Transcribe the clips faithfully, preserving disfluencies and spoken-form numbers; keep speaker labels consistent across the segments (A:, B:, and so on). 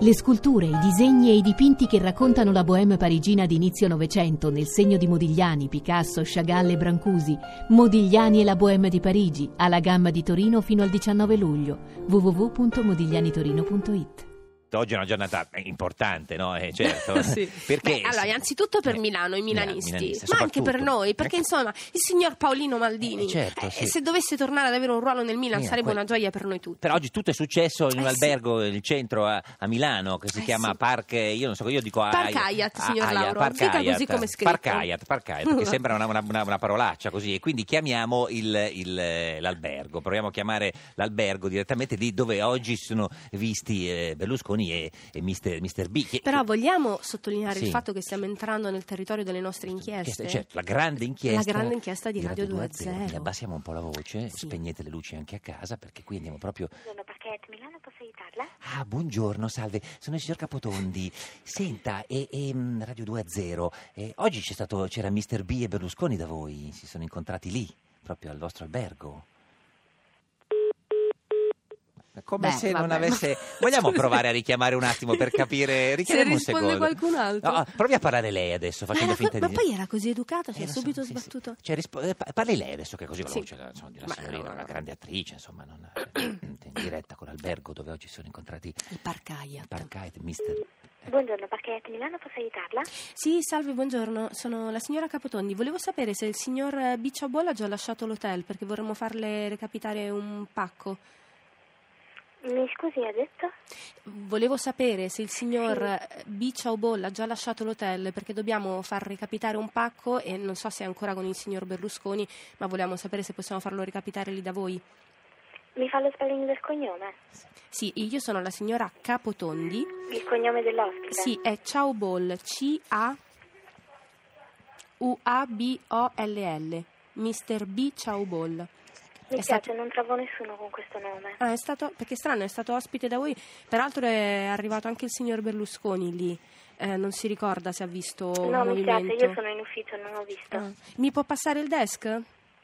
A: Le sculture, i disegni e i dipinti che raccontano la bohème parigina di inizio Novecento nel segno di Modigliani, Picasso, Chagall e Brancusi. Modigliani e la bohème di Parigi, alla Gamma di Torino fino al diciannove luglio. w w w punto modiglianitorino punto it.
B: Oggi è una giornata importante, no? Eh, certo.
C: Sì.
B: Perché?
C: Beh, allora, innanzitutto per Milano, i milanisti,
B: milanisti,
C: ma anche per noi, perché
B: Anche-
C: insomma il signor Paolino Maldini,
B: Eh, certo,
C: eh,
B: sì.
C: se dovesse tornare ad avere un ruolo nel Milan
B: Milan,
C: sarebbe
B: que-
C: una gioia per noi tutti.
B: Però oggi tutto è successo in un
C: Eh,
B: albergo nel centro a, a Milano che si
C: Eh,
B: chiama
C: sì.
B: Park, io non so, io dico
C: Park
B: Ai-
C: Hyatt,
B: a-
C: signor
B: Hyatt,
C: Lauro,
B: Park
C: dica
B: Hyatt,
C: così come è scritto.
B: Park Hyatt, Park Hyatt, che sembra una, una- una- una parolaccia così, e quindi chiamiamo il- il- l'albergo, proviamo a chiamare l'albergo direttamente lì dove oggi si sono visti eh, Berlusconi e, e mister mister B. Che-
C: Però vogliamo sottolineare
B: Sì.
C: il fatto che stiamo entrando nel territorio delle nostre inchieste.
B: Certo, la grande inchiesta,
C: La grande inchiesta di Radio due a zero.
B: Quindi abbassiamo un po' la voce,
C: Sì.
B: spegnete le luci anche a casa, perché qui andiamo proprio.
D: Buongiorno, Parquet Milano, posso aiutarla?
B: Ah, buongiorno, salve, sono il signor Capotondi. Senta, e, e, mh, Radio due a zero, eh, oggi c'è stato, c'era mister B e Berlusconi da voi, si sono incontrati lì, proprio al vostro albergo. Come
C: Beh,
B: se non
C: vabbè,
B: avesse.
C: ma-
B: Vogliamo
C: scusi.
B: provare a richiamare un attimo per capire? Richiamiamo un
C: risponde
B: secondo.
C: qualcun altro.
B: No, provi a parlare lei adesso,
C: Ma,
B: facendo
C: era-
B: finta
C: ma
B: di.
C: poi era così educata, si
B: Eh,
C: è
B: lo so,
C: subito
B: sì, sì.
C: sbattuto.
B: Cioè, rispo- eh, pa- parli lei adesso, che è così
C: Sì.
B: veloce, insomma, di una
C: Ma
B: signorina,
C: no, no.
B: una grande attrice, insomma, non, in diretta con l'albergo dove oggi si sono incontrati
C: Il Park Hyatt.
B: Park Hyatt, mister.
D: Buongiorno, Parquet Milano, posso aiutarla?
C: Sì, salve, buongiorno, sono la signora Capotondi. Volevo sapere se il signor Bicciabola ha già lasciato l'hotel, perché vorremmo farle recapitare un pacco.
D: Mi scusi, ha detto?
C: Volevo sapere se il signor Bicciabola ha già lasciato l'hotel, perché dobbiamo far recapitare un pacco e non so se è ancora con il signor Berlusconi, ma volevamo sapere se possiamo farlo recapitare lì da voi.
D: Mi fa lo spelling del cognome?
C: Sì, io sono la signora Capotondi.
D: Il cognome dell'ospite?
C: Sì, è Ciaobol, C A U A B O L L, mister B Ciaobol.
D: Mi
C: è
D: spiace,
C: stato-
D: non trovo nessuno con questo nome.
C: Ah, è stato, perché è strano, è stato ospite da voi, peraltro è arrivato anche il signor Berlusconi lì, eh, non si ricorda se ha visto un
D: No, mi spiace,
C: movimento.
D: io sono in ufficio, non ho visto.
C: Ah. Mi può passare il desk?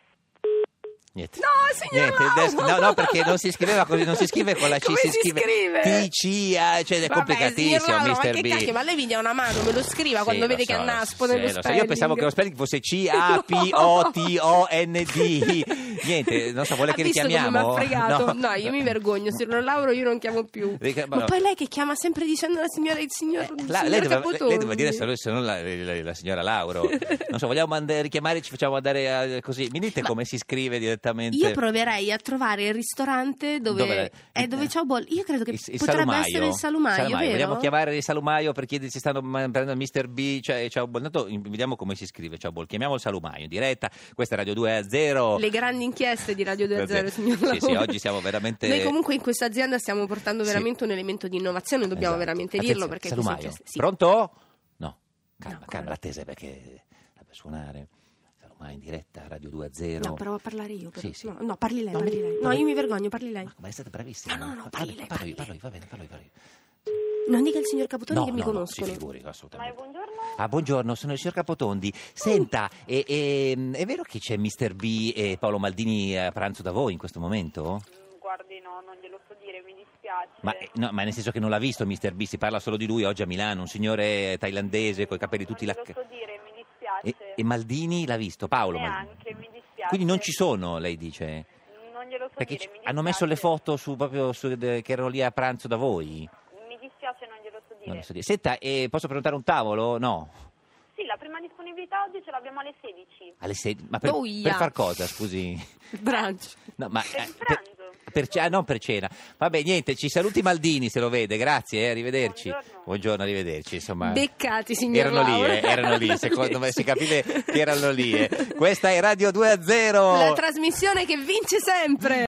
B: Niente.
C: No, signor
B: Niente, il desk-
C: Lauro!
B: no, no, perché non si scriveva così, non si scrive con la C,
C: Come
B: si,
C: si
B: scrive
C: scrive?
B: T C A, cioè è
C: Vabbè,
B: complicatissimo,
C: signor Lauro,
B: mister
C: ma che
B: B.
C: cacchio, ma lei mi dia una mano, me lo scriva
B: Sì,
C: quando
B: lo
C: vede
B: so,
C: che annaspo
B: sì,
C: nello
B: lo so.
C: spelling.
B: Io pensavo che lo spelling fosse C A P O T O N D. Niente, non so, vuole
C: Ha
B: che
C: visto
B: richiamiamo?
C: come mi ha fregato? No,
B: No.
C: io mi vergogno, signor Lauro io non chiamo più.
B: Rica-
C: Ma
B: no.
C: poi lei che chiama sempre dicendo la signora, il signor, il
B: La-
C: signor
B: lei, doveva,
C: Capotondi.
B: lei doveva dire se no- se non la, la- la signora Lauro. Non so, vogliamo mand- richiamare, ci facciamo andare a- così. Mi dite come si scrive direttamente?
C: Io proverei a trovare il ristorante dove,
B: Dove-
C: è dove c'è un bol. Io credo che
B: Il, il
C: potrebbe
B: salumaio.
C: essere il salumaio, vero?
B: Vogliamo chiamare il salumaio per chiedere se stanno ma- prendendo mister B, cioè, ciao Bol. Intanto, vediamo come si scrive, ciao Bol. Chiamiamo il salumaio in diretta. Questa è Radio due a zero.
C: Le grandi inchieste di Radio due a zero, signor
B: Sì, sì,
C: Lauro.
B: oggi siamo veramente.
C: Noi comunque in questa azienda stiamo portando
B: Sì.
C: veramente un elemento di innovazione, dobbiamo
B: Esatto.
C: veramente
B: Attenzione,
C: dirlo perché
B: salumaio.
C: queste inchieste- sì.
B: Pronto? No, calma,
C: No,
B: calma,
C: come?
B: l'attesa perché la per suonare. Salumaio in diretta, Radio due a zero.
C: No, provo a parlare io. Però.
B: Sì, sì.
C: No, no, parli lei,
B: No,
C: parli lei. No,
B: parli-
C: io mi vergogno, parli lei.
B: Ma, ma è stata bravissima.
C: No, no, no,
B: Va
C: parli
B: bene,
C: lei,
B: parlo io,
C: parli
B: parlo io, va bene, parlo io, parlo io.
C: Non dica il signor Capotondi
B: No,
C: che mi
B: no, no,
C: conoscono.
B: si figuri, assolutamente.
D: Ma buongiorno?
B: Ah, buongiorno, sono il signor Capotondi. Senta, e- e- è vero che c'è mister B e Paolo Maldini a pranzo da voi in questo momento?
E: Guardi, no, non glielo so dire, mi dispiace.
B: Ma, eh, no, ma nel senso che non l'ha visto mister B, si parla solo di lui oggi a Milano, un signore thailandese con i capelli tutti
E: non
B: lacc-
E: glielo so dire, mi dispiace.
B: e, e Maldini l'ha visto, Paolo Maldini.
E: Neanche, mi dispiace.
B: Quindi non ci sono, lei dice?
E: Non glielo so
B: Perché
E: dire,
B: ci-
E: mi
B: hanno messo le
E: dispiace.
B: foto su, proprio su- de- che erano lì a pranzo da voi?
E: Mi dispiace, non glielo so dire.
B: Non lo so dire. Senta, eh, posso prenotare un tavolo? No.
E: Sì, la prima disponibilità oggi ce l'abbiamo alle sedici.
B: Alle sedi- Ma per,
C: Boia.
B: per far cosa, scusi?
C: Il brunch.
B: No, ma,
E: Per
B: eh,
E: il pranzo.
B: per ce- ah, non per cena. Vabbè, niente, ci saluti Maldini se lo vede, grazie, eh, arrivederci.
E: Buongiorno.
B: Buongiorno, arrivederci. Insomma,
C: Beccati, signor
B: erano lì,
C: Lauro.
B: eh, erano lì, secondo me si capiva che erano lì. eh. Questa è Radio due a zero.
C: La trasmissione che vince sempre.